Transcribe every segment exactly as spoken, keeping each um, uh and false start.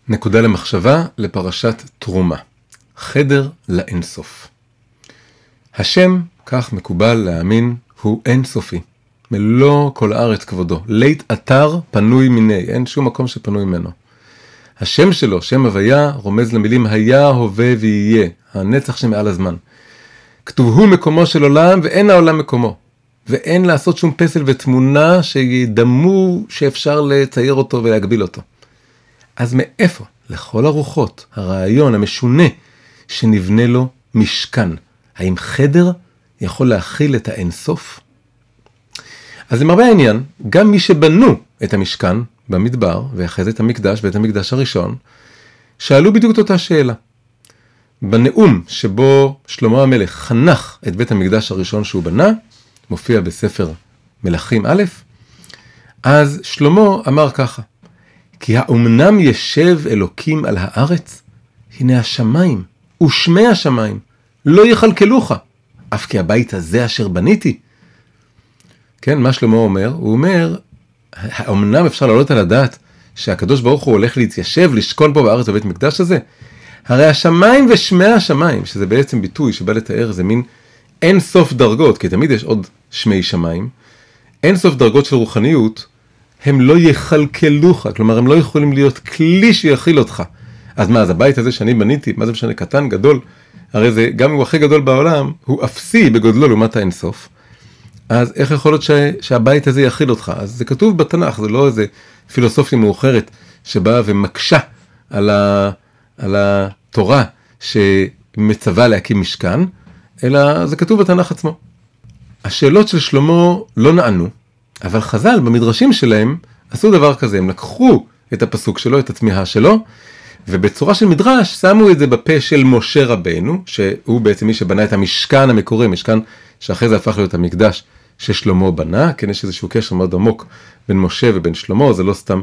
נקודה למחשבה לפרשת תרומה. חדר לאינסוף. השם, כך מקובל להאמין, הוא אינסופי. מלוא כל הארץ כבודו. לית אתר פנוי מיני. אין שום מקום שפנוי ממנו. השם שלו, שם הוויה, רומז למילים היה, הווה ויהיה. הנצח שמעל הזמן. כתוב הוא מקומו של עולם ואין העולם מקומו. ואין לעשות שום פסל ותמונה שידמו שאפשר לצייר אותו ולהגביל אותו. אז מאיפה? לכל הרוחות, הרעיון המשונה שנבנה לו משכן. האם חדר יכול להכיל את האינסוף? אז למרבה העניין, גם מי שבנו את המשכן במדבר, ואחרי זה את המקדש ואת המקדש הראשון, שאלו בדיוק את אותה שאלה. בנאום שבו שלמה המלך חנך את בית המקדש הראשון שהוא בנה, מופיע בספר מלכים א', אז שלמה אמר ככה, כי האומנם ישב אלוקים על הארץ, הנה השמיים ושמי השמיים לא יחלקלוך, אף כי הבית הזה אשר בניתי. כן, מה שלמה אומר? הוא אומר, האומנם אפשר לעלות על הדעת שהקדוש ברוך הוא הולך להתיישב, לשכון פה בארץ בבית מקדש הזה? הרי השמיים ושמי השמיים, שזה בעצם ביטוי שבא לתאר, זה מין אין סוף דרגות, כי תמיד יש עוד שמי שמיים, אין סוף דרגות של רוחניות, הם לא יחלקלוך, כלומר הם לא יכולים להיות כלי שיכיל אותך. אז מה, אז הבית הזה שאני בניתי, מה זה משנה, קטן, גדול, הרי זה, גם הוא הכי גדול בעולם, הוא אפסי בגודלו לעומת האינסוף. אז איך יכול להיות ש, שהבית הזה יכיל אותך? אז זה כתוב בתנ"ך, זה לא איזה פילוסופיה מאוחרת, שבאה ומקשה על, ה, על התורה שמצווה להקים משכן, אלא זה כתוב בתנ"ך עצמו. השאלות של שלמה לא נענו, אבל חז"ל במדרשים שלהם עשו דבר כזה, הם לקחו את הפסוק שלו, את התמיהה שלו, ובצורה של מדרש שמו את זה בפה של משה רבנו, שהוא בעצם מי שבנה את המשכן המקורי, משכן שאחרי זה הפך להיות המקדש ששלמה בנה, כן, יש איזשהו קשר מאוד עמוק בין משה ובין שלמה, זה לא סתם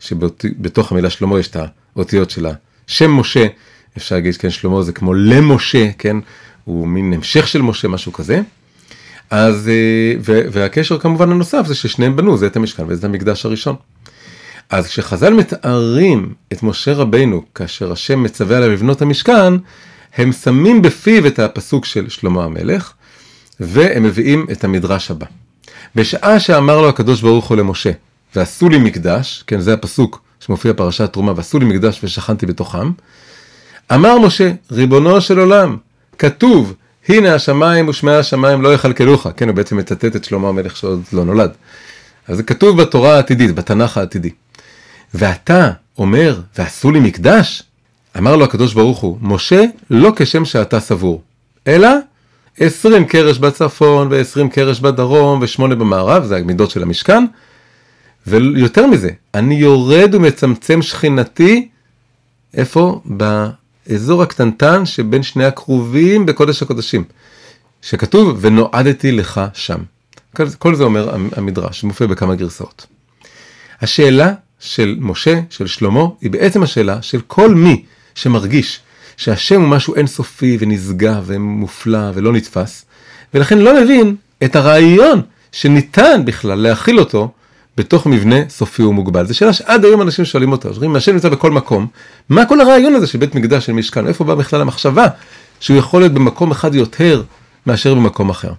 שבתוך המילה שלמה יש את האותיות של השם משה, אפשר להגיד, כן, שלמה זה כמו למשה, כן, הוא מין המשך של משה, משהו כזה. אז, והקשר כמובן הנוסף זה ששניהם בנו, זה את המשכן וזה את המקדש הראשון. אז כשחז"ל מתארים את משה רבנו, כאשר השם מצווה עליו לבנות המשכן, הם שמים בפיו את הפסוק של שלמה המלך, והם מביאים את המדרש הבא. בשעה שאמר לו הקדוש ברוך הוא למשה, ועשו לי מקדש, כן, זה הפסוק שמופיע פרשת תרומה, ועשו לי מקדש ושכנתי בתוכם, אמר משה, ריבונו של עולם, כתוב, הנה השמיים ושמי השמיים לא יחלקלוך, כן, הוא בעצם מצטט את שלמה המלך שעוד לא נולד. אז זה כתוב בתורה העתידית, בתנ"ך העתידי. ואתה אומר, ועשו לי מקדש? אמר לו הקדוש ברוך הוא, משה לא כשם שאתה סבור, אלא עשרים קרש בצפון ועשרים קרש בדרום ושמונה במערב, זה המידות של המשכן, ויותר מזה, אני יורד ומצמצם שכינתי, איפה? באזור הקטנטן שבין שני הקרובים בקודש הקודשים, שכתוב, ונועדתי לך שם. כל, כל זה אומר המדרש, מופיע בכמה גרסאות. השאלה של משה, של שלמה, היא בעצם השאלה של כל מי שמרגיש שהשם הוא משהו אינסופי ונשגב ומופלא ולא נתפס, ולכן לא מבין את הרעיון שניתן בכלל להכיל אותו בתוך מבנה סופי ומוגבל. זו שאלה שעד היום אנשים שואלים אותה, שאומרים, השם נמצא בכל מקום, מה כל הרעיון הזה של בית מקדש, של משכן, איפה בא בכלל המחשבה שהוא יכול להיות במקום אחד יותר מאשר במקום אחר?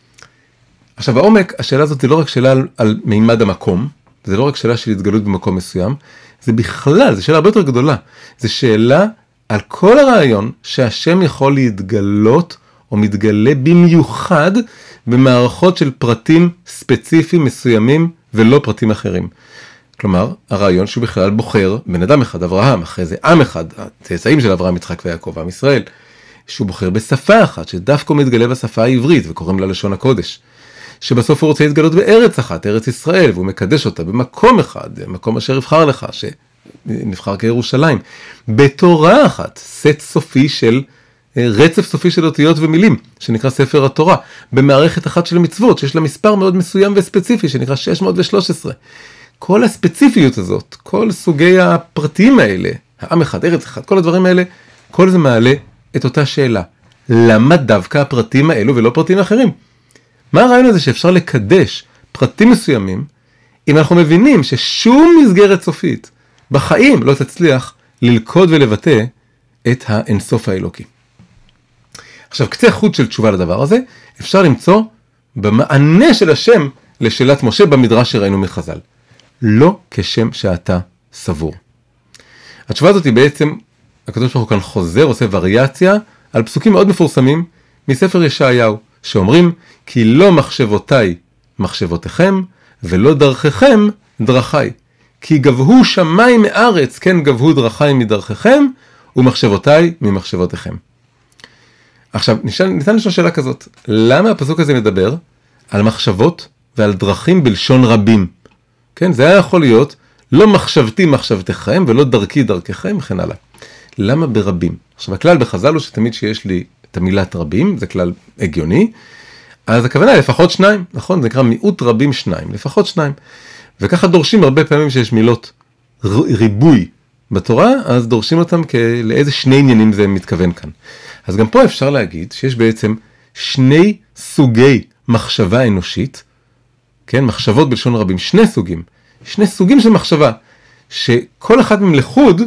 עכשיו, העומק, השאלה הזאת זה לא רק שאלה על, על מימד המקום, זה לא רק שאלה של התגלות במקום מסוים, זה בכלל, זה שאלה הרבה יותר גדולה. זה שאלה על כל הרעיון שהשם יכול להתגלות או מתגלה במיוחד במערכות של פרטים ספציפיים מסוימים ולא פרטים אחרים. כלומר, הרעיון שהוא בכלל בוחר בן אדם אחד, אברהם, אחרי זה עם אחד, הצאצאים של אברהם, יצחק ויעקב, עם ישראל, שהוא בוחר בשפה אחת, שדווקא מתגלה בשפה העברית וקוראים לה לשון הקודש. שבסוף הוא רוצה להתגלות בארץ אחת, ארץ ישראל, והוא מקדש אותה במקום אחד, מקום אשר יבחר לך, שנבחר כירושלים. בתורה אחת, סט סופי של, רצף סופי של אותיות ומילים, שנקרא ספר התורה, במערכת אחת של מצוות, שיש לה מספר מאוד מסוים וספציפי, שנקרא שש מאות ושלוש עשרה. כל הספציפיות הזאת, כל סוגי הפרטים האלה, העם אחד, ארץ אחד, כל הדברים האלה, כל זה מעלה את אותה שאלה. למה דווקא הפרטים האלו ולא פרטים אחרים? מה הרעיון הזה שאפשר לקדש פרטים מסוימים, אם אנחנו מבינים ששום מסגרת סופית בחיים לא תצליח ללכוד ולבטא את האינסוף האלוקי. עכשיו, קצה חוט של תשובה לדבר הזה, אפשר למצוא במענה של השם לשאלת משה במדרש שראינו מחז"ל. לא כשם שאתה סבור. התשובה הזאת היא בעצם, הקדוש ברוך הוא כאן חוזר, עושה וריאציה, על פסוקים מאוד מפורסמים מספר ישעיהו, שאומרים, כי לא מחשבותיי מחשבותיכם, ולא דרככם דרכיי. כי גבהו שמיים מארץ, כן גבהו דרכיי מדרככם, ומחשבותיי ממחשבותיכם. עכשיו, ניתן לשאול שאלה כזאת, למה הפסוק הזה מדבר על מחשבות ועל דרכים בלשון רבים? כן, זה היה יכול להיות, לא מחשבתי מחשבתכם, ולא דרכי דרככם, וכן הלאה. למה ברבים? עכשיו, הכלל בחז"ל הוא שתמיד שיש לי את המילת רבים, זה כלל הגיוני, אז הכוונה לפחות שניים, נכון? זה נקרא מיעוט רבים שניים, לפחות שניים. וככה דורשים הרבה פעמים שיש מילות ריבוי בתורה, אז דורשים אותם לאיזה שני עניינים זה מתכוון כאן. אז גם פה אפשר להגיד שיש בעצם שני סוגי מחשבה אנושית, כן, מחשבות בלשון רבים, שני סוגים, שני סוגים של מחשבה, שכל אחד מהם לחוד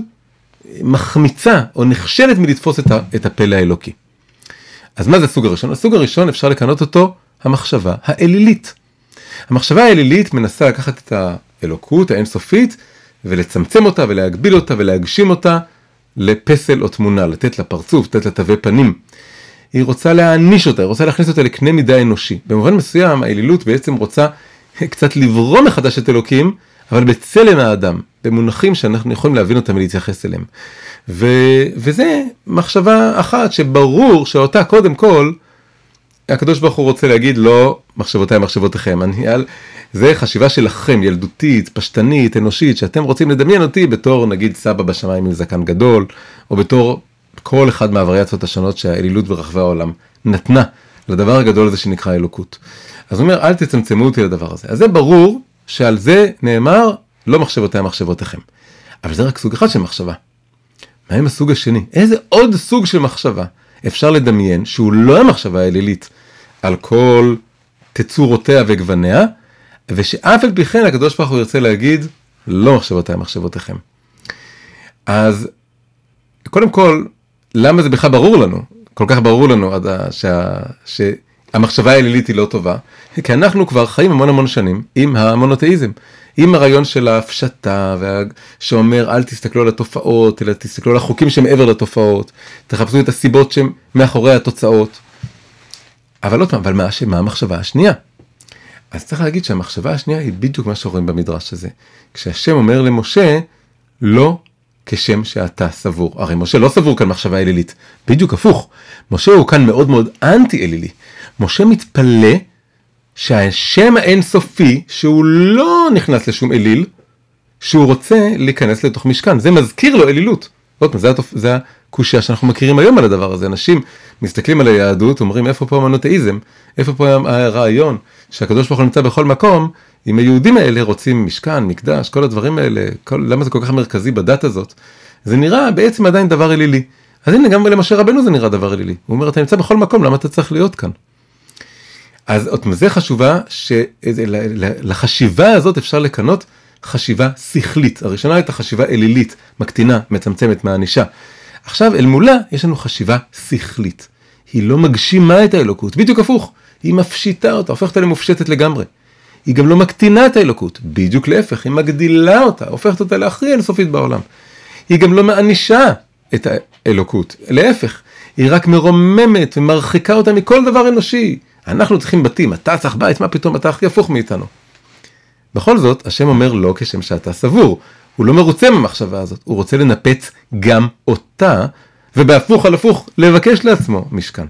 מחמיצה או נכשלת מלתפוס את, ה, את הפלא האלוקי. אז מה זה הסוג הראשון? הסוג הראשון אפשר לקנות אותו המחשבה האלילית. המחשבה האלילית מנסה לקחת את האלוקות האינסופית, ולצמצם אותה ולהגביל אותה ולהגשים אותה לפסל או תמונה, לתת לה פרצוף, לתת לה תווי פנים. היא רוצה להעניש אותה, היא רוצה להכניס אותה לקנה מידה אנושי. במובן מסוים האלילות בעצם רוצה קצת לברום מחדש את אלוקים, אבל בצלם האדם, במונחים שאנחנו יכולים להבין אותם ולהתייחס אליהם. ו... וזה מחשבה אחת שברור שאותה קודם כל, הקדוש ברוך הוא רוצה להגיד לא מחשבותיי מחשבותיכם, אני, זה חשיבה שלכם, ילדותית, פשטנית, אנושית, שאתם רוצים לדמיין אותי בתור נגיד סבא בשמיים עם זקן גדול, או בתור כל אחד מהווריאציות השונות שהאלילות ברחבי העולם נתנה לדבר הגדול הזה שנקרא אלוקות. אז הוא אומר, אל תצמצמו אותי לדבר הזה. אז זה ברור שעל זה נאמר, לא מחשבותיי מחשבותיכם. אבל זה רק סוג אחד של מחשבה. מה עם הסוג השני? איזה עוד סוג של מחשבה אפשר לדמיין שהוא לא המחשבה האלילית על כל תצורותיה וגווניה, ושאף על פי כן הקדוש ברוך הוא ירצה להגיד, לא מחשבותיי מחשבותיכם. אז קודם כל, למה זה בכלל ברור לנו? כל כך ברור לנו שה, שהמחשבה האלילית היא לא טובה, כי אנחנו כבר חיים המון המון שנים עם המונותאיזם, עם הרעיון של ההפשטה, שאומר אל תסתכלו על התופעות, אלא תסתכלו על החוקים שמעבר לתופעות, תחפשו את הסיבות שמאחורי התוצאות. אבל עוד פעם, אבל מה, מה המחשבה השנייה? אז צריך להגיד שהמחשבה השנייה היא בדיוק מה שרואים במדרש הזה. כשהשם אומר למשה, לא כשם שאתה סבור. הרי משה לא סבור כאן מחשבה אלילית, בדיוק הפוך. משה הוא כאן מאוד מאוד אנטי אלילי. משה מתפלא שהשם האינסופי, שהוא לא נכנס לשום אליל, שהוא רוצה להיכנס לתוך משכן. זה מזכיר לו אלילות. זאת אומרת, זה, זה הקושיה שאנחנו מכירים היום על הדבר הזה. אנשים מסתכלים על היהדות, אומרים איפה פה המונותאיזם, איפה פה הרעיון, שהקדוש ברוך הוא נמצא בכל מקום, אם היהודים האלה רוצים משכן, מקדש, כל הדברים האלה, כל, למה זה כל כך מרכזי בדת הזאת? זה נראה בעצם עדיין דבר אלילי. אז הנה, גם למשה רבנו זה נראה דבר אלילי. הוא אומר, אתה נמצא בכל מקום, למה אתה צריך להיות כאן? אז זה חשובה, שלחשיבה הזאת אפשר לקנות חשיבה שכלית. הראשונה הייתה חשיבה אלילית, מקטינה, מצמצמת, מענישה. עכשיו, אל מולה יש לנו חשיבה שכלית. היא לא מגשימה את האלוקות, בדיוק הפוך. היא מפשיטה אותה, הופכת אותה למופשטת לגמרי. היא גם לא מקטינה את האלוקות, בדיוק להפך, היא מגדילה אותה, הופכת אותה להכי אינסופית בעולם. היא גם לא מענישה את האלוקות, להפך, היא רק מרוממת ומרחיקה אותה מכל דבר אנושי. אנחנו צריכים בתים, אתה צריך בית, מה פתאום אתה הכי הפוך מאיתנו? בכל זאת, השם אומר לא כשם שאתה סבור. הוא לא מרוצה מהמחשבה הזאת, הוא רוצה לנפץ גם אותה, ובהפוך על הפוך לבקש לעצמו משכן.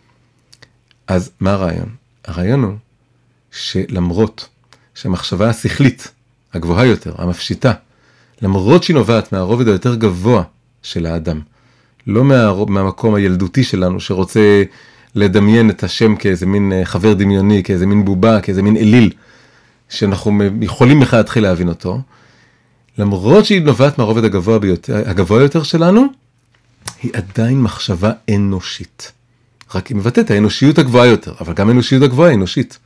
אז מה הרעיון? הרעיון הוא שלמרות שהמחשבה השכלית, הגבוהה יותר, המפשיטה, למרות שהיא נובעת מהרובד היותר גבוה של האדם, לא מהרוב, מהמקום הילדותי שלנו שרוצה לדמיין את השם כאיזה מין חבר דמיוני, כאיזה מין בובה, כאיזה מין אליל, שאנחנו יכולים בכלל להתחיל להבין אותו, למרות שהיא נובעת מהרובד הגבוה ביותר, הגבוה יותר שלנו, היא עדיין מחשבה אנושית. רק היא מבטאת האנושיות הגבוהה יותר, אבל גם האנושיות הגבוהה היא אנושית.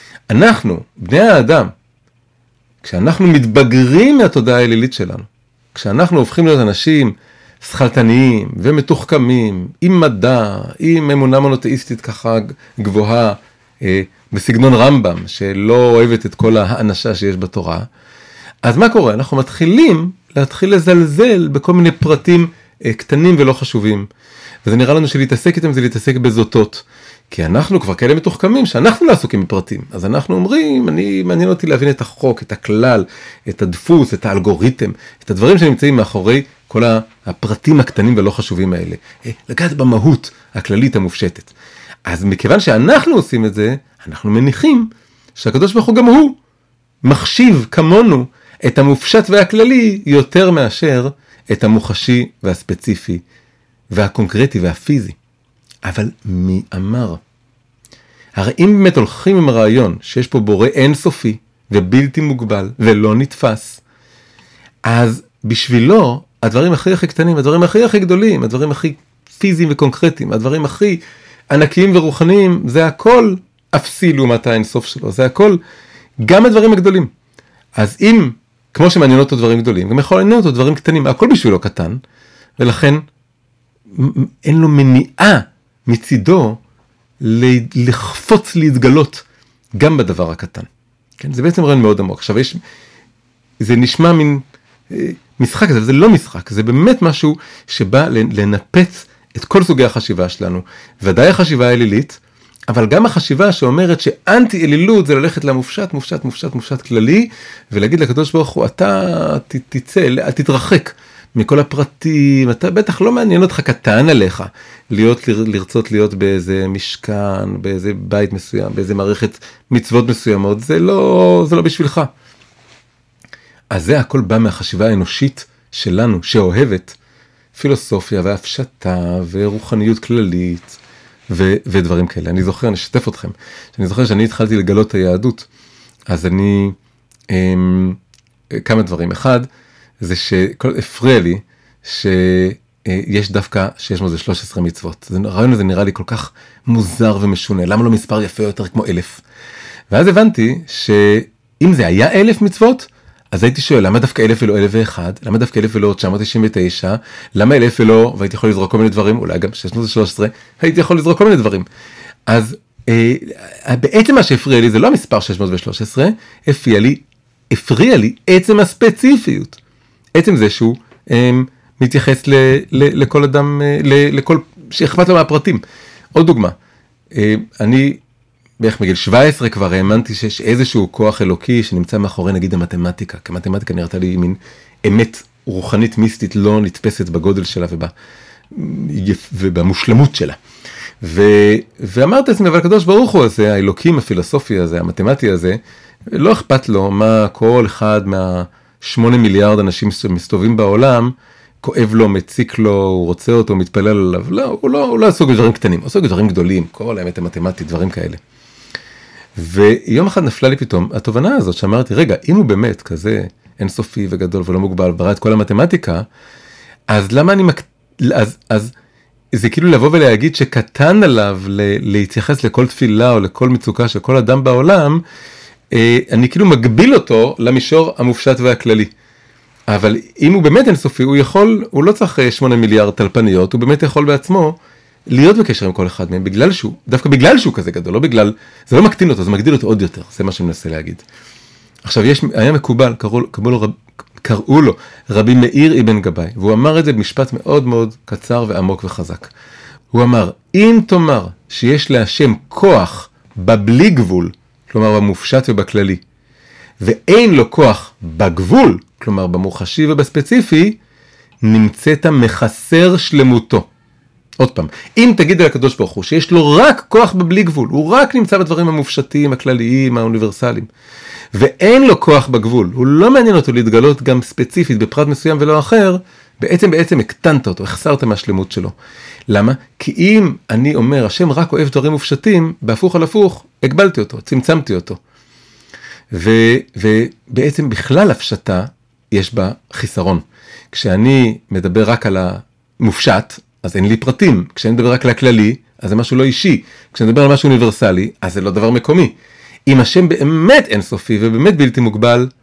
אנחנו, בני האדם, כשאנחנו מתבגרים מהתודעה האלילית שלנו, כשאנחנו הופכים להיות אנשים שכלתניים ומתוחכמים, עם מדע, עם אמונה מונותאיסטית ככה גבוהה, אה, בסגנון רמב"ם, שלא אוהבת את כל האנשה שיש בתורה, אז מה קורה? אנחנו מתחילים להתחיל לזלזל בכל מיני פרטים אה, קטנים ולא חשובים, וזה נראה לנו שלהתעסק איתם זה להתעסק בזאתות, כי אנחנו כבר כאלה מתוחכמים שאנחנו לא עסוקים בפרטים, אז אנחנו אומרים, אני מעניין אותי להבין את החוק, את הכלל, את הדפוס, את האלגוריתם, את הדברים שנמצאים מאחורי כל הפרטים הקטנים ולא חשובים האלה, לגעת במהות הכללית המופשטת. אז מכיוון שאנחנו עושים את זה, אנחנו מניחים שהקדוש ברוך הוא גם הוא מחשיב כמונו את המופשט והכללי יותר מאשר את המוחשי והספציפי והקונקרטי והפיזי. אבל מי אמר? הרי אם באמת הולכים עם הרעיון שיש פה בורא אינסופי ובלתי מוגבל ולא נתפס, אז בשבילו הדברים הכי הכי קטנים, הדברים הכי הכי גדולים, הדברים הכי פיזיים וקונקרטיים, הדברים הכי ענקיים ורוחניים, זה הכל אפסי לעומת האינסוף שלו, זה הכל, גם הדברים הגדולים. אז אם, כמו שמעניין אותו דברים גדולים, גם יכול לעניין אותו דברים קטנים, הכל בשבילו קטן, ולכן אין לו מניעה מצידו לחפוץ להתגלות גם בדבר הקטן. כן? זה בעצם רעיון מאוד עמוק. עכשיו יש, זה נשמע מין משחק, זה לא משחק, זה באמת משהו שבא לנפץ את כל סוגי החשיבה שלנו. ודאי החשיבה האלילית, אבל גם החשיבה שאומרת שאנטי אלילות זה ללכת למופשט, מופשט, מופשט, מופשט כללי, ולהגיד לקדוש ברוך הוא, אתה תצא, תתרחק מכל הפרטים, אתה בטח לא מעניין אותך קטן עליך, להיות, לרצות להיות באיזה משכן, באיזה בית מסוים, באיזה מערכת מצוות מסוימות, זה לא, זה לא בשבילך. אז זה הכל בא מהחשיבה האנושית שלנו, שאוהבת פילוסופיה והפשטה ורוחניות כללית, ו- ודברים כאלה. אני זוכר, אני אשתף אתכם, שאני זוכר שאני התחלתי לגלות את היהדות, אז אני, אמ, כמה דברים. אחד, זה שהפריע לי שיש דווקא שש מאות ושלוש עשרה מצוות. הרעיון הזה נראה לי כל כך מוזר ומשונה. למה לא מספר יפה יותר כמו אלף? ואז הבנתי שאם זה היה אלף מצוות, אז הייתי שואל, למה דווקא אלף ולא אלף ואחד? למה דווקא אלף ולא תשע מאות תשעים ותשע? למה אלף ולא, והייתי יכול לזרוק כל מיני דברים, אולי גם שש מאות ושלוש עשרה, הייתי יכול לזרוק כל מיני דברים. אז אה, בעצם מה שהפריע לי, זה לא המספר שש מאות ושלוש עשרה, הפריע לי, הפריע לי עצם הספציפיות. עצם זה שהוא אה, מתייחס ל, ל, לכל אדם, אה, ל, לכל, שאכפת לו מהפרטים. עוד דוגמה, אה, אני בערך מגיל שבע עשרה כבר האמנתי שיש איזשהו כוח אלוקי שנמצא מאחורי נגיד המתמטיקה, כי המתמטיקה נראתה לי מין אמת רוחנית מיסטית לא נתפסת בגודל שלה ובא, ובמושלמות שלה. ו, ואמרתי לעצמי, אבל הקדוש ברוך הוא הזה, האלוקים הפילוסופי הזה, המתמטי הזה, לא אכפת לו מה כל אחד מהשמונה מיליארד אנשים שמסתובבים בעולם, כואב לו, מציק לו, הוא רוצה אותו, מתפלל עליו. לא, הוא לא, הוא לא עסוק בדברים קטנים, הוא עסוק בדברים גדולים, כל האמת המתמטית, דברים כאלה. ויום אחד נפלה לי פתאום התובנה הזאת שאמרתי, רגע, אם הוא באמת כזה אינסופי וגדול ולא מוגבל, ברא את כל המתמטיקה, אז למה אני, מק... אז, אז זה כאילו לבוא ולהגיד שקטן עליו ל... להתייחס לכל תפילה או לכל מצוקה של כל אדם בעולם, אה, אני כאילו מגביל אותו למישור המופשט והכללי. אבל אם הוא באמת אינסופי, הוא יכול, הוא לא צריך שמונה מיליארד טלפניות, הוא באמת יכול בעצמו להיות בקשר עם כל אחד מהם, בגלל שהוא, דווקא בגלל שהוא כזה גדול, לא בגלל, זה לא מקטין אותו, זה מגדיל אותו עוד יותר, זה מה שאני מנסה להגיד. עכשיו, יש, היה מקובל, קראו, קראו, לו, קראו לו רבי מאיר אבן גבאי, והוא אמר את זה במשפט מאוד מאוד קצר ועמוק וחזק. הוא אמר, אם תאמר שיש להשם כוח בבלי גבול, כלומר במופשט ובכללי, ואין לו כוח בגבול, כלומר במוחשי ובספציפי, נמצאת מחסר שלמותו. עוד פעם, אם תגיד על הקדוש ברוך הוא שיש לו רק כוח בבלי גבול, הוא רק נמצא בדברים המופשטים, הכלליים, האוניברסליים, ואין לו כוח בגבול, הוא לא מעניין אותו להתגלות גם ספציפית בפרט מסוים ולא אחר, בעצם בעצם הקטנת אותו, החסרת מהשלמות שלו. למה? כי אם אני אומר, השם רק אוהב דברים מופשטים, בהפוך על הפוך, הגבלתי אותו, צמצמתי אותו. ו, ובעצם בכלל הפשטה יש בה חיסרון. כשאני מדבר רק על המופשט, אז אין לי פרטים. כשאני מדבר רק על הכללי, אז זה משהו לא אישי. כשאני מדבר על משהו אוניברסלי, אז זה לא דבר מקומי. אם השם באמת אינסופי ובאמת בלתי מוגבל,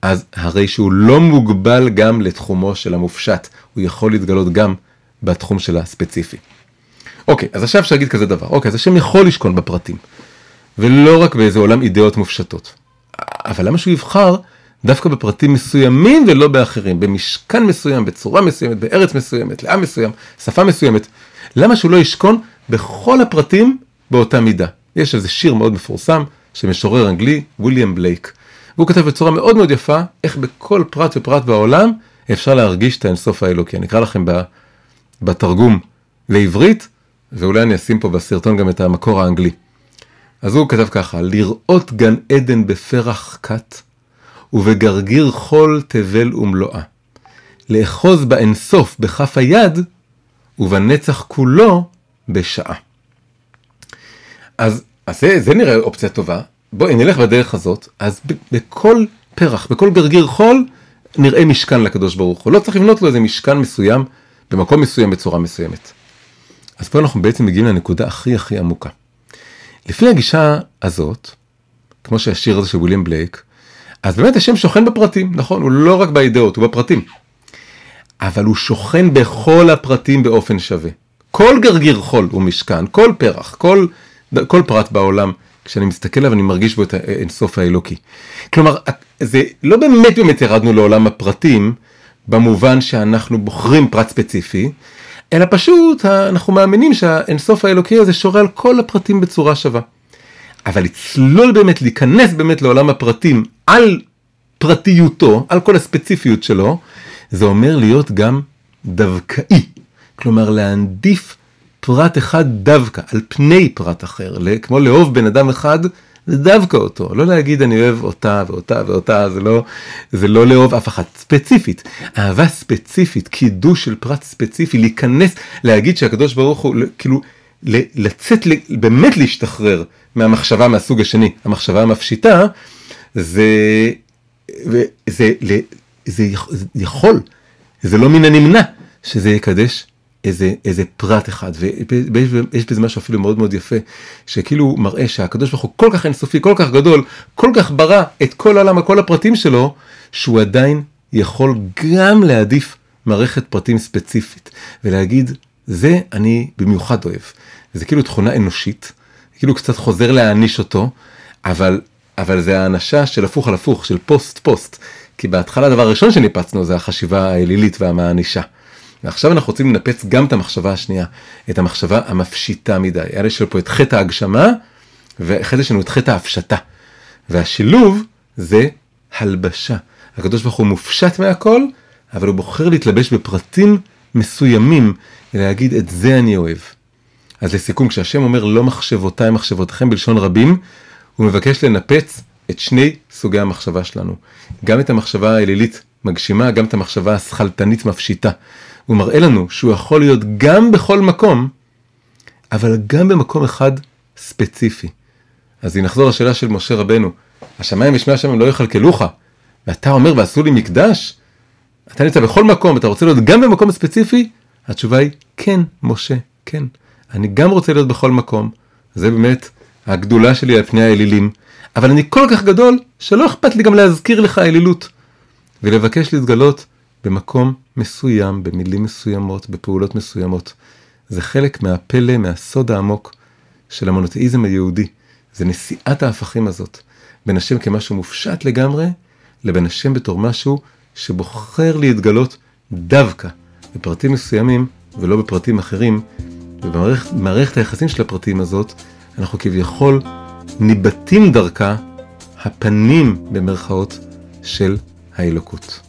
אז הרי שהוא לא מוגבל גם לתחומו של המופשט, הוא יכול להתגלות גם בתחום של הספציפי. אוקיי, אז עכשיו אפשר להגיד כזה דבר, אוקיי, אז השם יכול לשכון בפרטים, ולא רק באיזה עולם אידאות מופשטות. אבל למה שהוא יבחר דווקא בפרטים מסוימים ולא באחרים, במשכן מסוים, בצורה מסוימת, בארץ מסוימת, לעם מסוים, שפה מסוימת? למה שהוא לא ישכון בכל הפרטים באותה מידה? יש איזה שיר מאוד מפורסם, שמשורר אנגלי, וויליאם בלייק, והוא כתב בצורה מאוד מאוד יפה, איך בכל פרט ופרט בעולם אפשר להרגיש את האינסוף האלוקי. אני אקרא לכם בתרגום לעברית, ואולי אני אשים פה בסרטון גם את המקור האנגלי. אז הוא כתב ככה, לראות גן עדן בפרח קט, ובגרגיר חול תבל ומלואה. לאחוז באינסוף בכף היד, ובנצח כולו בשעה. אז, אז זה, זה נראה אופציה טובה. בואי נלך בדרך הזאת, אז ב- בכל פרח, בכל גרגיר חול, נראה משכן לקדוש ברוך הוא. לא צריך לבנות לו איזה משכן מסוים, במקום מסוים, בצורה מסוימת. אז פה אנחנו בעצם מגיעים לנקודה הכי הכי עמוקה. לפי הגישה הזאת, כמו שהשיר הזה של וויליאם בלייק, אז באמת השם שוכן בפרטים, נכון? הוא לא רק באידאות, הוא בפרטים. אבל הוא שוכן בכל הפרטים באופן שווה. כל גרגיר חול הוא משכן, כל פרח, כל, כל פרט בעולם, כשאני מסתכל עליו, אני מרגיש בו את האינסוף האלוקי. כלומר, זה לא באמת באמת ירדנו לעולם הפרטים, במובן שאנחנו בוחרים פרט ספציפי, אלא פשוט אנחנו מאמינים שהאינסוף האלוקי הזה שורה על כל הפרטים בצורה שווה. אבל לצלול באמת, להיכנס באמת לעולם הפרטים על פרטיותו, על כל הספציפיות שלו, זה אומר להיות גם דווקאי. כלומר, להנדיף פרט אחד דווקא, על פני פרט אחר. כמו לאהוב בן אדם אחד, זה דווקא אותו. לא להגיד אני אוהב אותה ואותה ואותה, זה לא, זה לא לאהוב אף אחד. ספציפית, אהבה ספציפית, קידוש של פרט ספציפי, להיכנס, להגיד שהקדוש ברוך הוא, כאילו, לצאת, באמת להשתחרר מהמחשבה מהסוג השני, המחשבה המפשיטה, זה, זה, זה, זה יכול, זה לא מן הנמנע, שזה יקדש איזה, איזה פרט אחד, ויש בזה משהו אפילו מאוד מאוד יפה, שכאילו מראה שהקדוש ברוך הוא כל כך אינסופי, כל כך גדול, כל כך ברא את כל העולם, כל הפרטים שלו, שהוא עדיין יכול גם להעדיף מערכת פרטים ספציפית, ולהגיד, זה אני במיוחד אוהב. זה כאילו תכונה אנושית, כאילו קצת חוזר להעניש אותו, אבל, אבל זה האנשה של הפוך על הפוך, של פוסט פוסט, כי בהתחלה הדבר הראשון שניפצנו זה החשיבה האלילית והמענישה. ועכשיו אנחנו רוצים לנפץ גם את המחשבה השנייה, את המחשבה המפשיטה מדי. היה יש פה את חטא ההגשמה, ואחרי זה יש לנו את חטא ההפשטה. והשילוב זה הלבשה. הקדוש ברוך הוא מופשט מהכל, אבל הוא בוחר להתלבש בפרטים מסוימים, ולהגיד את זה אני אוהב. אז לסיכום, כשהשם אומר לא מחשבותיי מחשבותיכם בלשון רבים, הוא מבקש לנפץ את שני סוגי המחשבה שלנו. גם את המחשבה האלילית מגשימה, גם את המחשבה השכלתנית מפשיטה. הוא מראה לנו שהוא יכול להיות גם בכל מקום, אבל גם במקום אחד ספציפי. אז אם נחזור לשאלה של משה רבנו, השמיים ושמי השמיים לא יכלכלוך, ואתה אומר ועשו לי מקדש, אתה נמצא בכל מקום, אתה רוצה להיות גם במקום ספציפי? התשובה היא כן, משה, כן. אני גם רוצה להיות בכל מקום, זה באמת הגדולה שלי על פני האלילים, אבל אני כל כך גדול שלא אכפת לי גם להזכיר לך האלילות, ולבקש להתגלות במקום מסוים, במילים מסוימות, בפעולות מסוימות. זה חלק מהפלא, מהסוד העמוק של המונותאיזם היהודי. זה נשיאת ההפכים הזאת, בין השם כמשהו מופשט לגמרי, לבין השם בתור משהו שבוחר להתגלות דווקא בפרטים מסוימים ולא בפרטים אחרים, ובמערכת היחסים של הפרטים הזאת, אנחנו כביכול ניבטים דרכה הפנים במרכאות של האלוקות.